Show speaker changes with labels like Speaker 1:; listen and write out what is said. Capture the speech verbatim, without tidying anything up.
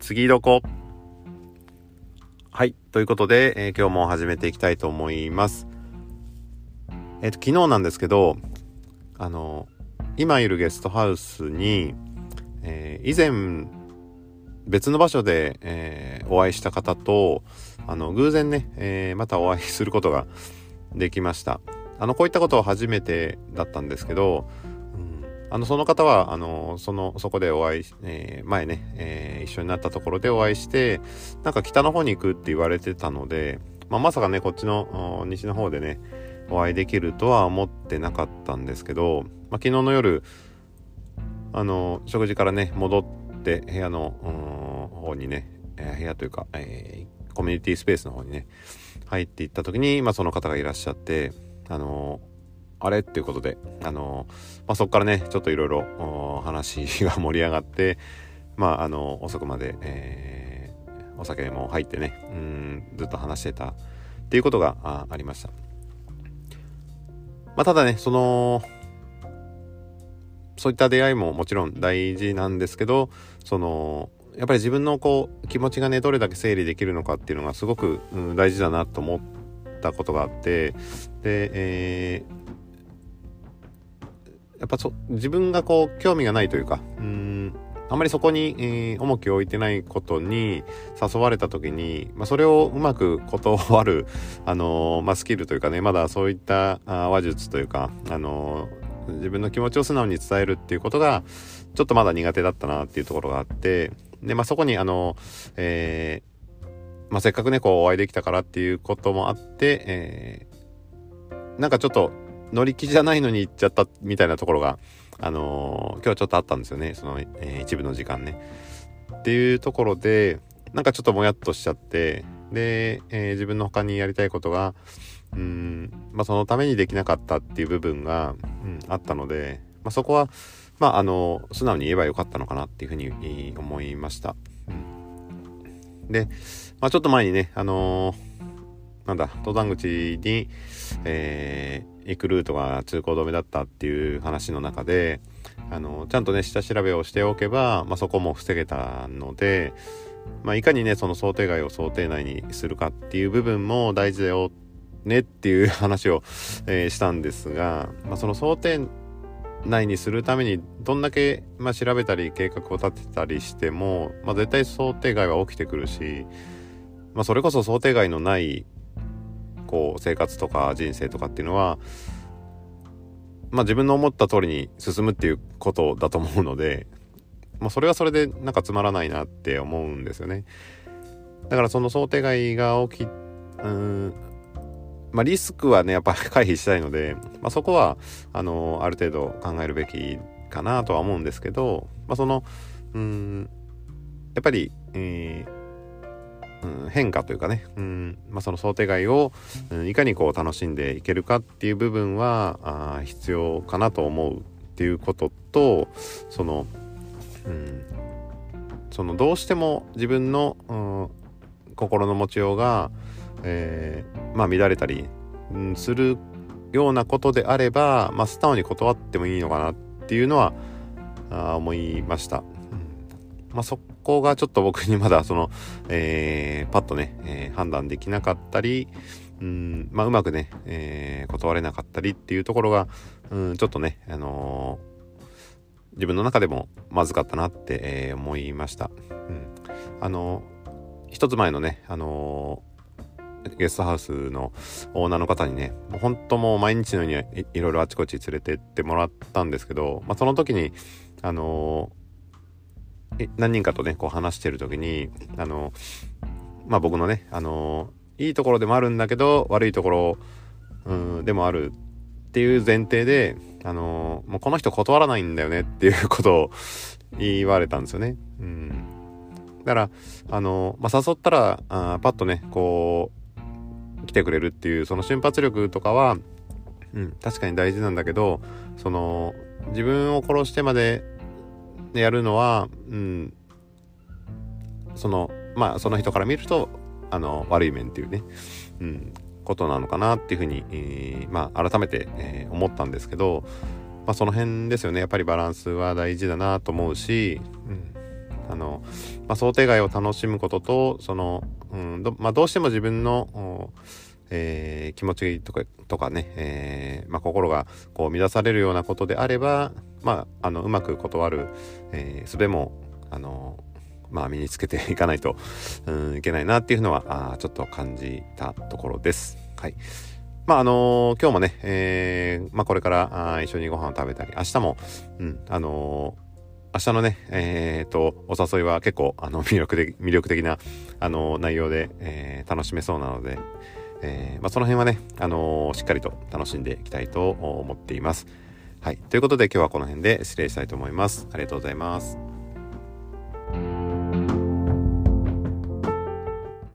Speaker 1: 次どこ。はい、ということで、えー、今日も始めていきたいと思います。えっと昨日なんですけど、あの今いるゲストハウスに、えー、以前別の場所で、えー、お会いした方とあの偶然ね、えー、またお会いすることができました。あのこういったことは初めてだったんですけど、あのその方はあのそのそこでお会い、えー、前ね、えー、一緒になったところでお会いして、なんか北の方に行くって言われてたので、まあ、まさかねこっちの西の方でねお会いできるとは思ってなかったんですけど、まあ、昨日の夜あの食事からね戻って部屋の方にね、えー、部屋というか、えー、コミュニティスペースの方にね入っていった時に、まあ、その方がいらっしゃって、あのあれっていうことで、あのまあ、そこからねちょっといろいろ話が盛り上がって、まああの遅くまで、えー、お酒も入ってね、うんずっと話してたっていうことが あ, ありました。まあ、ただねそのそういった出会いももちろん大事なんですけど、そのやっぱり自分のこう気持ちがねどれだけ整理できるのかっていうのがすごく、うん、大事だなと思ったことがあって、で、えーやっぱそ自分がこう興味がないというか、うーんあんまりそこに、えー、重きを置いてないことに誘われた時に、まあ、それをうまく断る、あのーまあ、スキルというかね、まだそういったあ話術というか、あのー、自分の気持ちを素直に伝えるっていうことがちょっとまだ苦手だったなっていうところがあって、で、まあ、そこにあの、えーまあ、せっかくねこうお会いできたからっていうこともあって、えー、なんかちょっと乗り気じゃないのに行っちゃったみたいなところが、あのー、今日ちょっとあったんですよね。その、えー、一部の時間ね。っていうところで、なんかちょっともやっとしちゃって、で、えー、自分の他にやりたいことが、うーん、まあそのためにできなかったっていう部分が、うん、あったので、まあそこは、まああのー、素直に言えばよかったのかなっていうふうに思いました。うん、で、まあちょっと前にね、あのー、なんだ、登山口に、えー、行くルートが通行止めだったっていう話の中で、あのちゃんとね下調べをしておけば、まあ、そこも防げたので、まあ、いかにねその想定外を想定内にするかっていう部分も大事だよねっていう話を、えー、したんですが、まあ、その想定内にするためにどんだけ、まあ、調べたり計画を立てたりしても、まあ、絶対想定外は起きてくるし、まあ、それこそ想定外のないこう生活とか人生とかっていうのは、まあ、自分の思った通りに進むっていうことだと思うので、まあ、それはそれでなんかつまらないなって思うんですよね。だからその想定外が起きうーんまあリスクはねやっぱ回避したいので、まあ、そこはあのある程度考えるべきかなとは思うんですけど、まあ、そのうーんやっぱり、えーうん、変化というかね、うんまあ、その想定外を、うん、いかにこう楽しんでいけるかっていう部分はあ必要かなと思うっていうことと、その、うん、そのどうしても自分の、うん、心の持ちようが、えー、まあ乱れたり、うん、するようなことであれば、まあ、素直に断ってもいいのかなっていうのはあ思いました。まあ、そこがちょっと僕にまだその、えー、パッとね、えー、判断できなかったり、うん、まあ、うまくね、えー、断れなかったりっていうところが、うん、ちょっとね、あのー、自分の中でもまずかったなって、えー、思いました。うん、あのー、一つ前のね、あのー、ゲストハウスのオーナーの方にね、もう本当もう毎日のように い, いろいろあちこち連れてってもらったんですけど、まあ、その時に、あのー何人かとねこう話してる時にあのまあ僕のねあのいいところでもあるんだけど悪いところ、うん、でもあるっていう前提であのもうこの人断らないんだよねっていうことを言われたんですよね。うん、だからあの、まあ、誘ったらあパッとねこう来てくれるっていうその瞬発力とかは、うん、確かに大事なんだけど、その自分を殺してまでやるのは、うん、そのまあその人から見るとあの悪い面っていうね、うん、ことなのかなっていうふうに、えー、まあ改めて、えー、思ったんですけど、まあその辺ですよね。やっぱりバランスは大事だなと思うし、うん、 あの、まあ、想定外を楽しむことと、その、うんどまあ、どうしても自分の、えー、気持ちとかとかね、えーまあ、心がこう乱されるようなことであれば、まあ、あのうまく断る、えー、術もあの、まあ、身につけていかないと、うん、いけないなっていうのはあちょっと感じたところです。はい。まああのー、今日もね、えーまあ、これからあ一緒にご飯を食べたり、明日も、うんあのー明日のね、えー、と、お誘いは結構、あの、魅力的、魅力的な、あの、内容で、えー、楽しめそうなので、えー、まあ、その辺はね、あのー、しっかりと楽しんでいきたいと思っています。はい。ということで今日はこの辺で失礼したいと思います。ありがとうございます。